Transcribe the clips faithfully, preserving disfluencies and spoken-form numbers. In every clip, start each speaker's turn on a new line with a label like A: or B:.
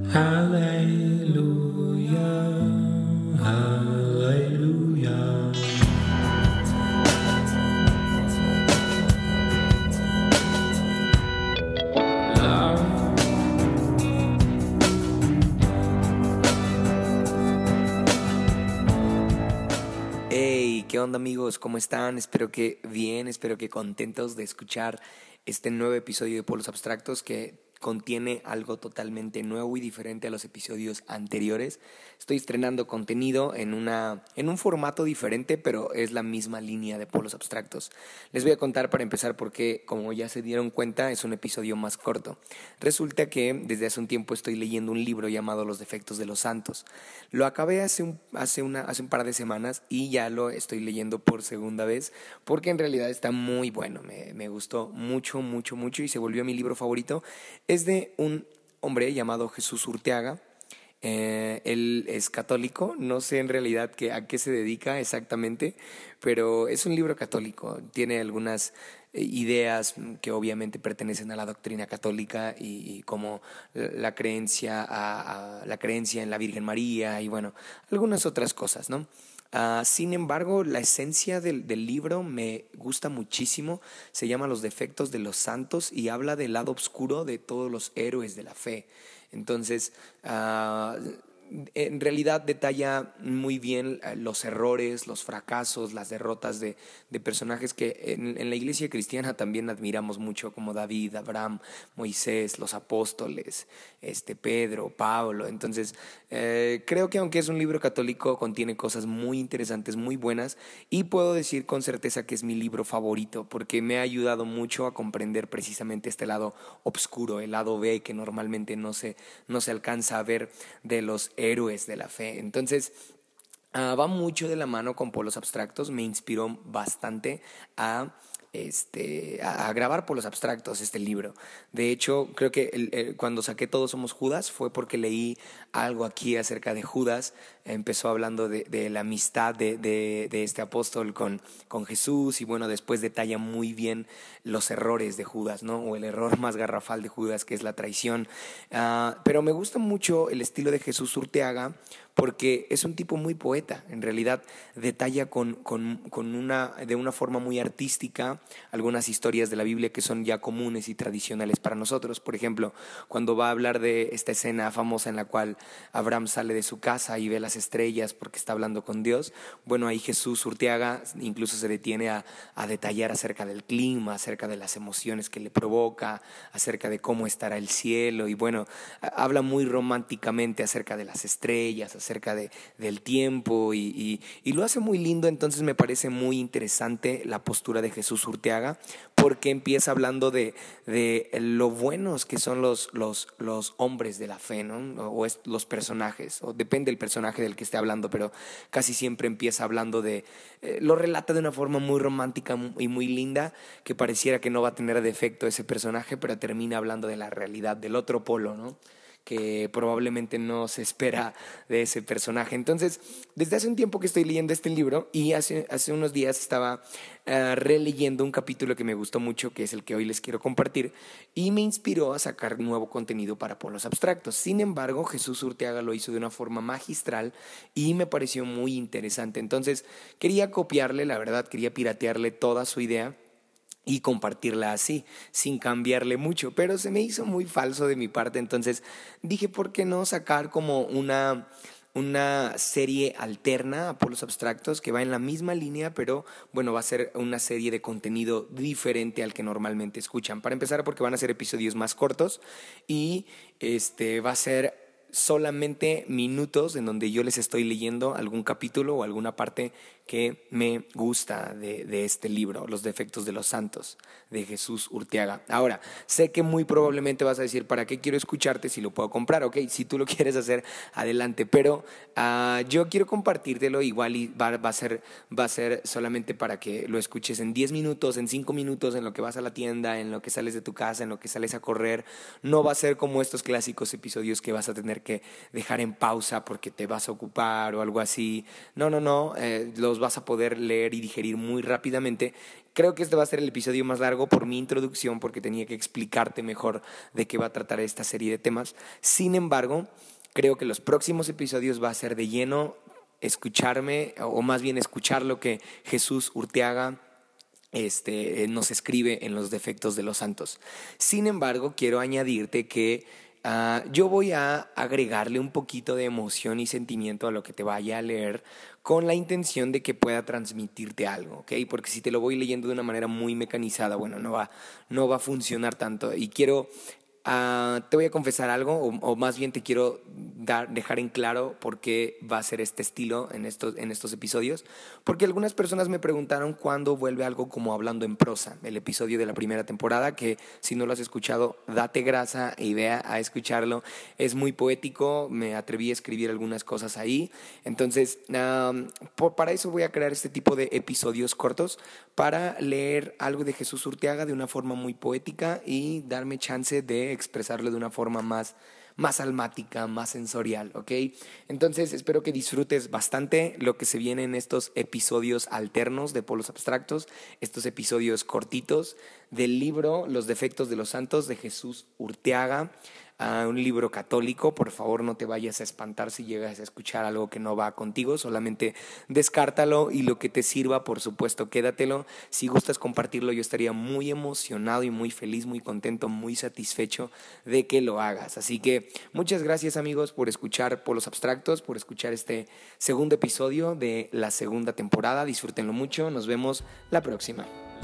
A: Aleluya, aleluya.
B: Hey, ¿qué onda amigos? ¿Cómo están? Espero que bien, espero que contentos de escuchar este nuevo episodio de Polos Abstractos que contiene algo totalmente nuevo y diferente a los episodios anteriores. Estoy estrenando contenido en, una, en un formato diferente, pero es la misma línea de Polos Abstractos. Les voy a contar para empezar porque, como ya se dieron cuenta, es un episodio más corto. Resulta que desde hace un tiempo estoy leyendo un libro llamado Los defectos de los santos. Lo acabé hace un, hace, una, hace un par de semanas y ya lo estoy leyendo por segunda vez porque en realidad está muy bueno. Me, me gustó mucho, mucho, mucho y se volvió mi libro favorito. Es de un hombre llamado Jesús Urteaga. Eh, él es católico, no sé en realidad que, a qué se dedica exactamente, pero es un libro católico. Tiene algunas eh, ideas que obviamente pertenecen a la doctrina católica y, y como la, la creencia a, a la creencia en la Virgen María y bueno, algunas otras cosas, ¿no? Uh, sin embargo, la esencia del, del libro me gusta muchísimo. Se llama Los defectos de los santos y habla del lado oscuro de todos los héroes de la fe. Entonces, uh, en realidad detalla muy bien los errores, los fracasos, las derrotas de, de personajes que en, en la iglesia cristiana también admiramos mucho, como David, Abraham, Moisés, los apóstoles, este, Pedro, Pablo. Entonces, eh, creo que aunque es un libro católico, contiene cosas muy interesantes, muy buenas, y puedo decir con certeza que es mi libro favorito, porque me ha ayudado mucho a comprender precisamente este lado oscuro, el lado B que normalmente no se, no se alcanza a ver de los héroes de la fe. Entonces, uh, va mucho de la mano con Polos Abstractos. Me inspiró bastante a Este, a, a grabar Polos Abstractos este libro. De hecho, creo que el, el, cuando saqué Todos Somos Judas fue porque leí algo aquí acerca de Judas. Empezó hablando de, de la amistad de, de, de este apóstol con, con Jesús y bueno, después detalla muy bien los errores de Judas, ¿no? O el error más garrafal de Judas, que es la traición. Uh, pero me gusta mucho el estilo de Jesús Urteaga porque es un tipo muy poeta. En realidad detalla con, con, con una, de una forma muy artística algunas historias de la Biblia que son ya comunes y tradicionales para nosotros. Por ejemplo, cuando va a hablar de esta escena famosa en la cual Abraham sale de su casa y ve las estrellas porque está hablando con Dios, bueno, ahí Jesús Urteaga incluso se detiene a, a detallar acerca del clima, acerca de las emociones que le provoca, acerca de cómo estará el cielo y bueno, habla muy románticamente acerca de las estrellas, acerca de, del tiempo y, y, y lo hace muy lindo. Entonces me parece muy interesante la postura de Jesús Urteaga porque empieza hablando de, de lo buenos que son los, los, los hombres de la fe, ¿no? O es, los personajes, o depende del personaje del que esté hablando, pero casi siempre empieza hablando de, eh, lo relata de una forma muy romántica y muy linda, que pareciera que no va a tener defecto ese personaje, pero termina hablando de la realidad, del otro polo, ¿no? Que probablemente no se espera de ese personaje. Entonces, desde hace un tiempo que estoy leyendo este libro y hace, hace unos días estaba uh, releyendo un capítulo que me gustó mucho, que es el que hoy les quiero compartir, y me inspiró a sacar nuevo contenido para Polos Abstractos. Sin embargo, Jesús Urteaga lo hizo de una forma magistral y me pareció muy interesante. Entonces, quería copiarle, la verdad, quería piratearle toda su idea y compartirla así, sin cambiarle mucho, pero se me hizo muy falso de mi parte. Entonces dije, ¿por qué no sacar como una, una serie alterna a Polos Abstractos que va en la misma línea, pero bueno, va a ser una serie de contenido diferente al que normalmente escuchan? Para empezar, porque van a ser episodios más cortos y este va a ser solamente minutos en donde yo les estoy leyendo algún capítulo o alguna parte que me gusta de, de este libro, Los defectos de los santos, de Jesús Urteaga. Ahora, sé que muy probablemente vas a decir, ¿para qué quiero escucharte si lo puedo comprar? Ok, si tú lo quieres hacer, adelante, pero uh, yo quiero compartírtelo igual y va, va, a ser, va a ser solamente para que lo escuches en diez minutos, en cinco minutos, en lo que vas a la tienda, en lo que sales de tu casa, en lo que sales a correr. No va a ser como estos clásicos episodios que vas a tener que dejar en pausa porque te vas a ocupar o algo así. No, no, no, eh, los los vas a poder leer y digerir muy rápidamente. Creo que este va a ser el episodio más largo por mi introducción, porque tenía que explicarte mejor de qué va a tratar esta serie de temas. Sin embargo, creo que los próximos episodios va a ser de lleno escucharme, o más bien escuchar lo que Jesús Urteaga este, nos escribe en Los defectos de los santos. Sin embargo, quiero añadirte que Uh, yo voy a agregarle un poquito de emoción y sentimiento a lo que te vaya a leer, con la intención de que pueda transmitirte algo, ¿ok? Porque si te lo voy leyendo de una manera muy mecanizada, bueno, no va, no va a funcionar tanto. Y quiero, uh, te voy a confesar algo, o, o más bien te quiero dar, dejar en claro por qué va a ser este estilo en estos, en estos episodios. Porque algunas personas me preguntaron cuándo vuelve algo como Hablando en Prosa, el episodio de la primera temporada, que si no lo has escuchado, date grasa y vea a escucharlo. Es muy poético, me atreví a escribir algunas cosas ahí. Entonces, um, por, para eso voy a crear este tipo de episodios cortos, para leer algo de Jesús Urteaga de una forma muy poética y darme chance de expresarlo de una forma más más almática, más sensorial, ¿ok? Entonces espero que disfrutes bastante lo que se viene en estos episodios alternos de Polos Abstractos, estos episodios cortitos del libro Los defectos de los santos de Jesús Urteaga, uh, un libro católico. Por favor, no te vayas a espantar si llegas a escuchar algo que no va contigo, solamente descártalo y lo que te sirva, por supuesto, quédatelo. Si gustas compartirlo, yo estaría muy emocionado y muy feliz, muy contento, muy satisfecho de que lo hagas. Así que muchas gracias, amigos, por escuchar Polos Abstractos, por escuchar este segundo episodio de la segunda temporada. Disfrútenlo mucho, nos vemos la próxima.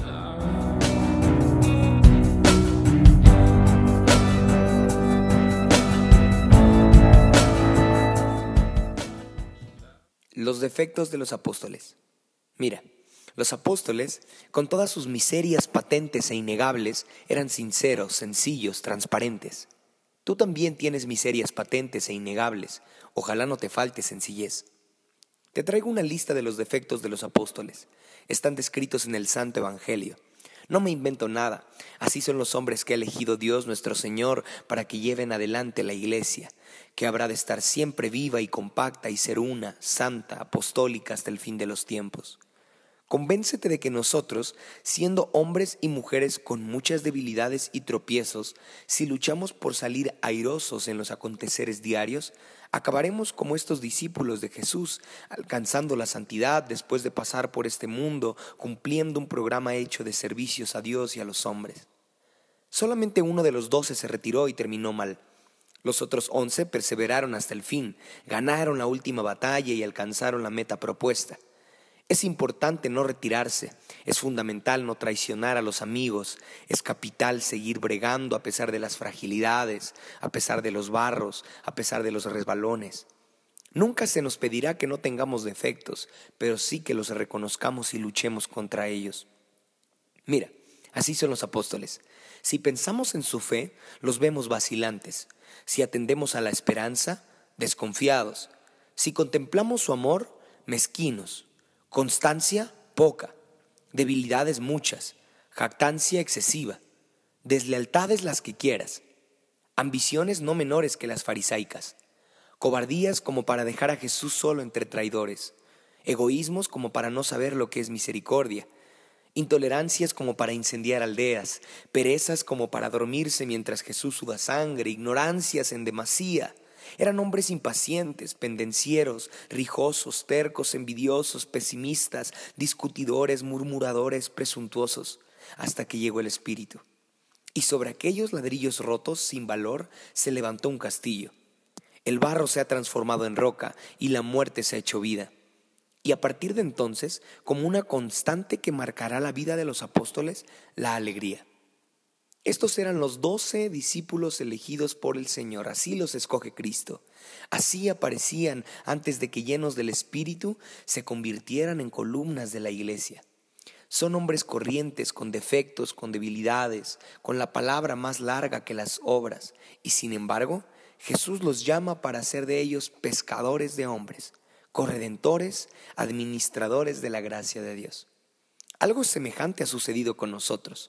B: Los defectos de los apóstoles. Mira, los apóstoles, con todas sus miserias patentes e innegables, eran sinceros, sencillos, transparentes. Tú también tienes miserias patentes e innegables. Ojalá no te falte sencillez. Te traigo una lista de los defectos de los apóstoles. Están descritos en el Santo Evangelio. No me invento nada. Así son los hombres que ha elegido Dios nuestro Señor para que lleven adelante la Iglesia, que habrá de estar siempre viva y compacta y ser una, santa, apostólica hasta el fin de los tiempos. Convéncete de que nosotros, siendo hombres y mujeres con muchas debilidades y tropiezos, si luchamos por salir airosos en los aconteceres diarios, acabaremos como estos discípulos de Jesús, alcanzando la santidad después de pasar por este mundo, cumpliendo un programa hecho de servicios a Dios y a los hombres. Solamente uno de los doce se retiró y terminó mal. Los otros once perseveraron hasta el fin, ganaron la última batalla y alcanzaron la meta propuesta. Es importante no retirarse, es fundamental no traicionar a los amigos, es capital seguir bregando a pesar de las fragilidades, a pesar de los barros, a pesar de los resbalones. Nunca se nos pedirá que no tengamos defectos, pero sí que los reconozcamos y luchemos contra ellos. Mira, así son los apóstoles. Si pensamos en su fe, los vemos vacilantes. Si atendemos a la esperanza, desconfiados. Si contemplamos su amor, mezquinos. Constancia, poca. Debilidades muchas. Jactancia excesiva. Deslealtades las que quieras. Ambiciones no menores que las farisaicas. Cobardías como para dejar a Jesús solo entre traidores. Egoísmos como para no saber lo que es misericordia. Intolerancias como para incendiar aldeas. Perezas como para dormirse mientras Jesús suda sangre. Ignorancias en demasía. Eran hombres impacientes, pendencieros, rijosos, tercos, envidiosos, pesimistas, discutidores, murmuradores, presuntuosos, hasta que llegó el Espíritu. Y sobre aquellos ladrillos rotos, sin valor, se levantó un castillo. El barro se ha transformado en roca y la muerte se ha hecho vida. Y a partir de entonces, como una constante que marcará la vida de los apóstoles, la alegría. Estos eran los doce discípulos elegidos por el Señor, así los escoge Cristo. Así aparecían antes de que, llenos del Espíritu, se convirtieran en columnas de la iglesia. Son hombres corrientes, con defectos, con debilidades, con la palabra más larga que las obras. Y sin embargo, Jesús los llama para hacer de ellos pescadores de hombres, corredentores, administradores de la gracia de Dios. Algo semejante ha sucedido con nosotros.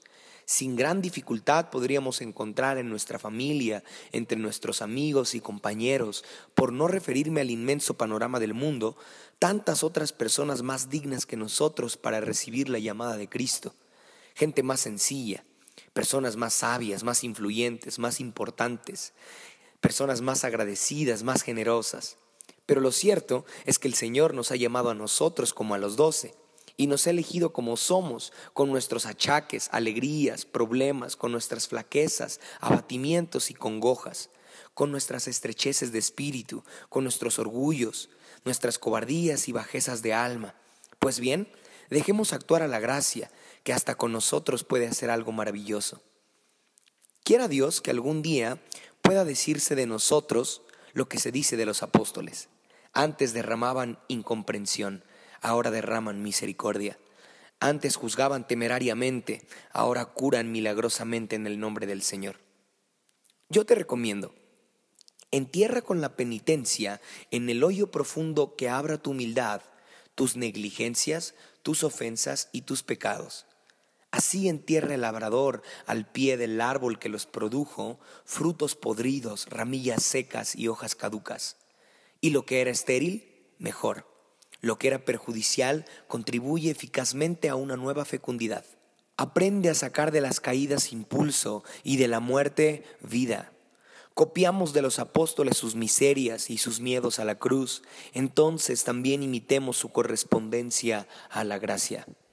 B: Sin gran dificultad podríamos encontrar en nuestra familia, entre nuestros amigos y compañeros, por no referirme al inmenso panorama del mundo, tantas otras personas más dignas que nosotros para recibir la llamada de Cristo. Gente más sencilla, personas más sabias, más influyentes, más importantes, personas más agradecidas, más generosas. Pero lo cierto es que el Señor nos ha llamado a nosotros como a los doce y nos ha elegido como somos, con nuestros achaques, alegrías, problemas, con nuestras flaquezas, abatimientos y congojas, con nuestras estrecheces de espíritu, con nuestros orgullos, nuestras cobardías y bajezas de alma. Pues bien, dejemos actuar a la gracia, que hasta con nosotros puede hacer algo maravilloso. Quiera Dios que algún día pueda decirse de nosotros lo que se dice de los apóstoles. Antes derramaban incomprensión, ahora derraman misericordia. Antes juzgaban temerariamente, ahora curan milagrosamente en el nombre del Señor. Yo te recomiendo, entierra con la penitencia en el hoyo profundo que abra tu humildad, tus negligencias, tus ofensas y tus pecados. Así entierra el labrador al pie del árbol que los produjo, frutos podridos, ramillas secas y hojas caducas. Y lo que era estéril, mejor. Lo que era perjudicial, contribuye eficazmente a una nueva fecundidad. Aprende a sacar de las caídas impulso y de la muerte vida. Copiamos de los apóstoles sus miserias y sus miedos a la cruz, entonces también imitemos su correspondencia a la gracia.